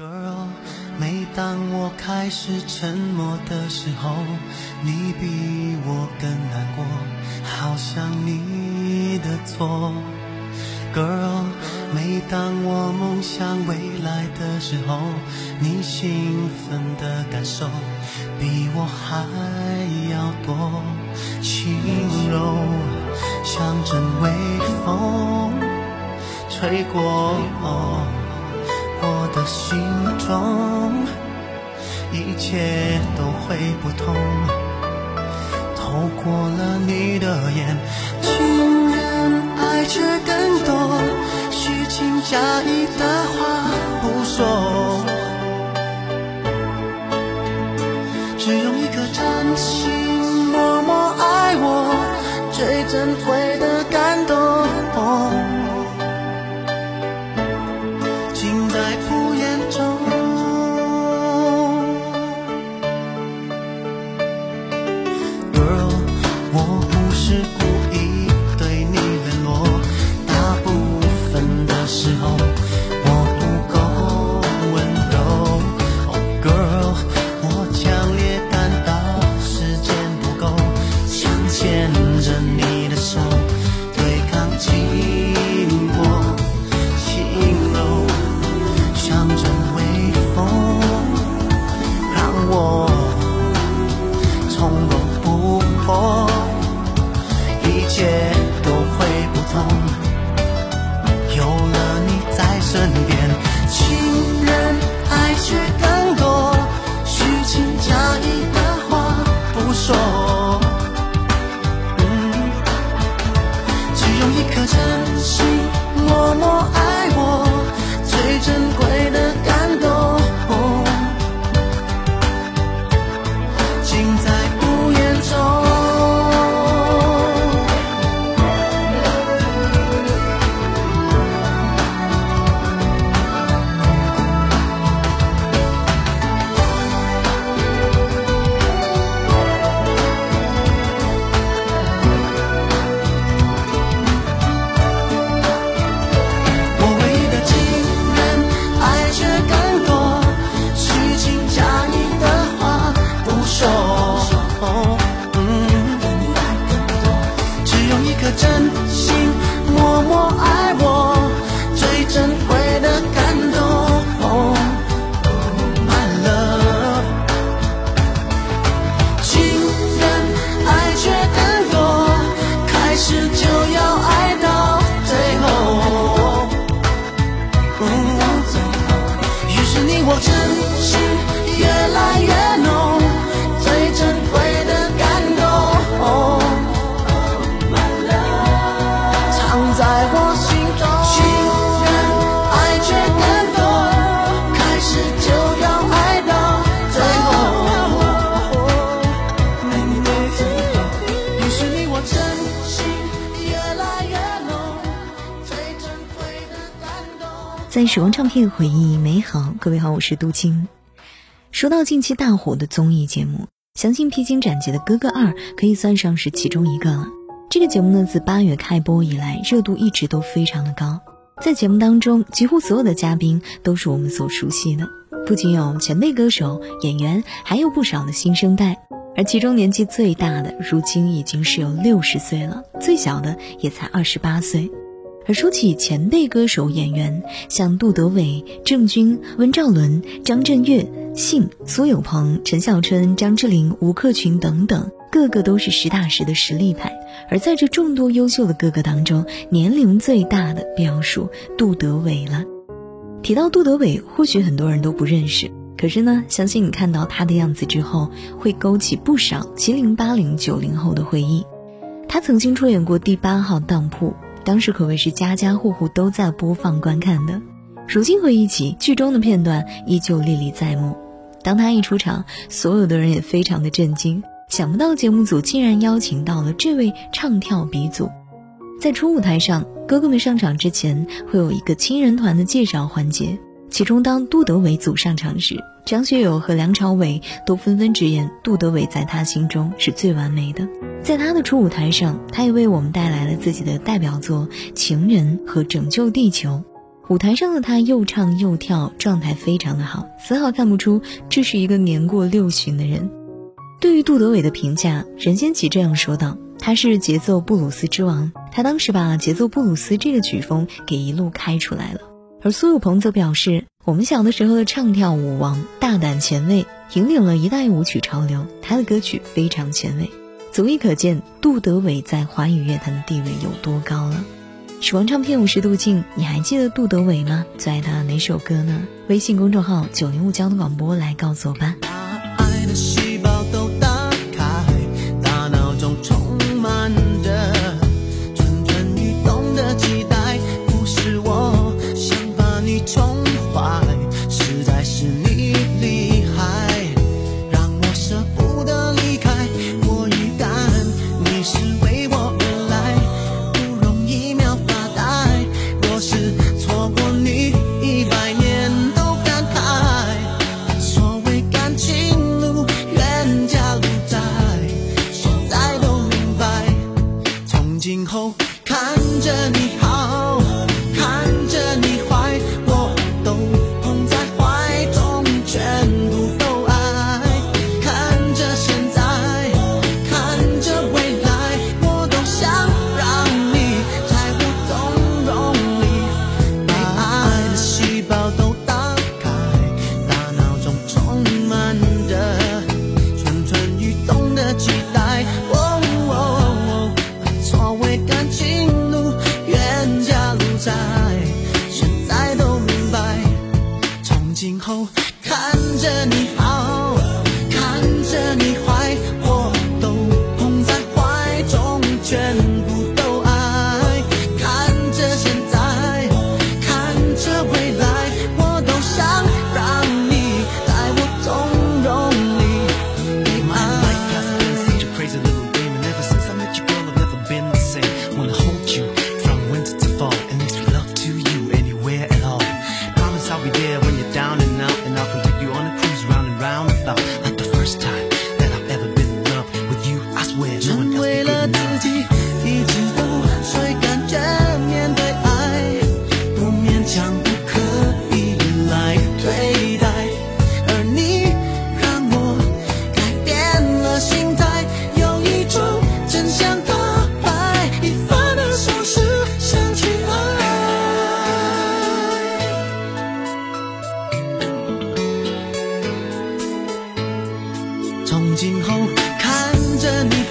Girl， 每当我开始沉默的时候，你比我更难过，好像你的错。Girl， 每当我梦想未来的时候，你兴奋的感受比我还要多，轻柔像阵微风吹过我的心中，一切都会不同。透过了你的眼，情人爱却更多，虚情假意的话不说，只用一颗真心默默爱我，最珍贵的感动，尽在不言中。Girl， 我不是故意对你冷落，大部分的时候我不够温柔。Oh girl， 我强烈感到时间不够，想牵着你的手，对抗寂寞，轻柔像阵微风，让我从容不迫，一切都会不同。有了你在身边，情人爱却更多，虚情假意的话不说，只用一颗真心默默爱我，最珍贵的感动，尽在不言中。真心默默爱我，最珍贵的感动，My love， 情人爱却更多，开始就要爱到最后，于是你我真心越来越浓，最珍贵的感动在我心中，情人爱却更多，开始就要爱到最后，于是你我真心越来越浓，最珍贵的感动。 在时光唱片回忆美好，各位好，我是杜青。说到近期大火的综艺节目，相信披荆斩棘的哥哥2可以算上是其中一个了。这个节目呢，自8月开播以来，热度一直都非常的高。在节目当中，几乎所有的嘉宾都是我们所熟悉的，不仅有前辈歌手、演员，还有不少的新生代。而其中年纪最大的，如今已经是有60岁了，最小的也才28岁。而说起前辈歌手、演员，像杜德伟、郑钧、温兆伦、张震岳、信、苏有朋、陈小春、张智霖、吴克群等等，个个都是实打实的实力派。而在这众多优秀的哥哥当中，年龄最大的标属杜德伟了。提到杜德伟，或许很多人都不认识，可是呢，相信你看到他的样子之后，会勾起不少70、80、90后的回忆。他曾经出演过第8号当铺，当时可谓是家家户户都在播放观看的。如今回忆起，剧中的片段依旧历历在目。当他一出场，所有的人也非常的震惊，想不到节目组竟然邀请到了这位唱跳鼻祖。在初舞台上，哥哥们上场之前会有一个亲人团的介绍环节，其中当杜德伟组上场时，张学友和梁朝伟都纷纷直言杜德伟在他心中是最完美的。在他的初舞台上，他也为我们带来了自己的代表作《情人》和《拯救地球》。 舞台上的他又唱又跳，状态非常的好，丝毫看不出这是一个年过60的人。对于杜德伟的评价，任贤齐这样说道，他是节奏布鲁斯之王，他当时把节奏布鲁斯这个曲风给一路开出来了。而苏有朋则表示，我们小的时候的唱跳舞王大胆前卫，引领了一代舞曲潮流，他的歌曲非常前卫，足以可见杜德伟在华语乐坛的地位有多高了。时光唱片，我是杜静，你还记得杜德伟吗？最爱他的哪首歌呢？微信公众号905交通广播来告诉我吧。 爱的细胞都打开，大脑中充满着蠢蠢欲动的期待，不是我想把你宠坏，实在是你厉害，让我舍不得离开。我预感你是为我而来，不容易秒发呆，若是错过你100年都感慨，所谓感情路冤家路窄，现在都明白，从今后看着你好，看着你坏，我都捧在怀中，全部都爱，看着现在，看着未来，我都想让你在我纵容里被爱的细胞都打开，大脑中充满着蠢蠢欲动的期待，所谓感情路冤家路窄，现在都明白，从今后看着你好，看着你坏，我都捧在怀中，全部都爱，看着现在，看着未来，我都想让你在我纵容里被爱。My life has been such a crazy little game, and ever since I met you, girl, I've never been the same. Wanna hold you from winter to fall, and express love to you anywhere at all. Promise I'll be there when you're down and out, and I'll come take you on a cruise round and round about, like the first time that I've ever been in love with you. I swear, no one else be good enough. 为了自己，一直都追赶着面对爱，不勉强，不刻意来对待，而你让我改变了心态，有一种真相告白，一放的手势想去爱。从今后看着你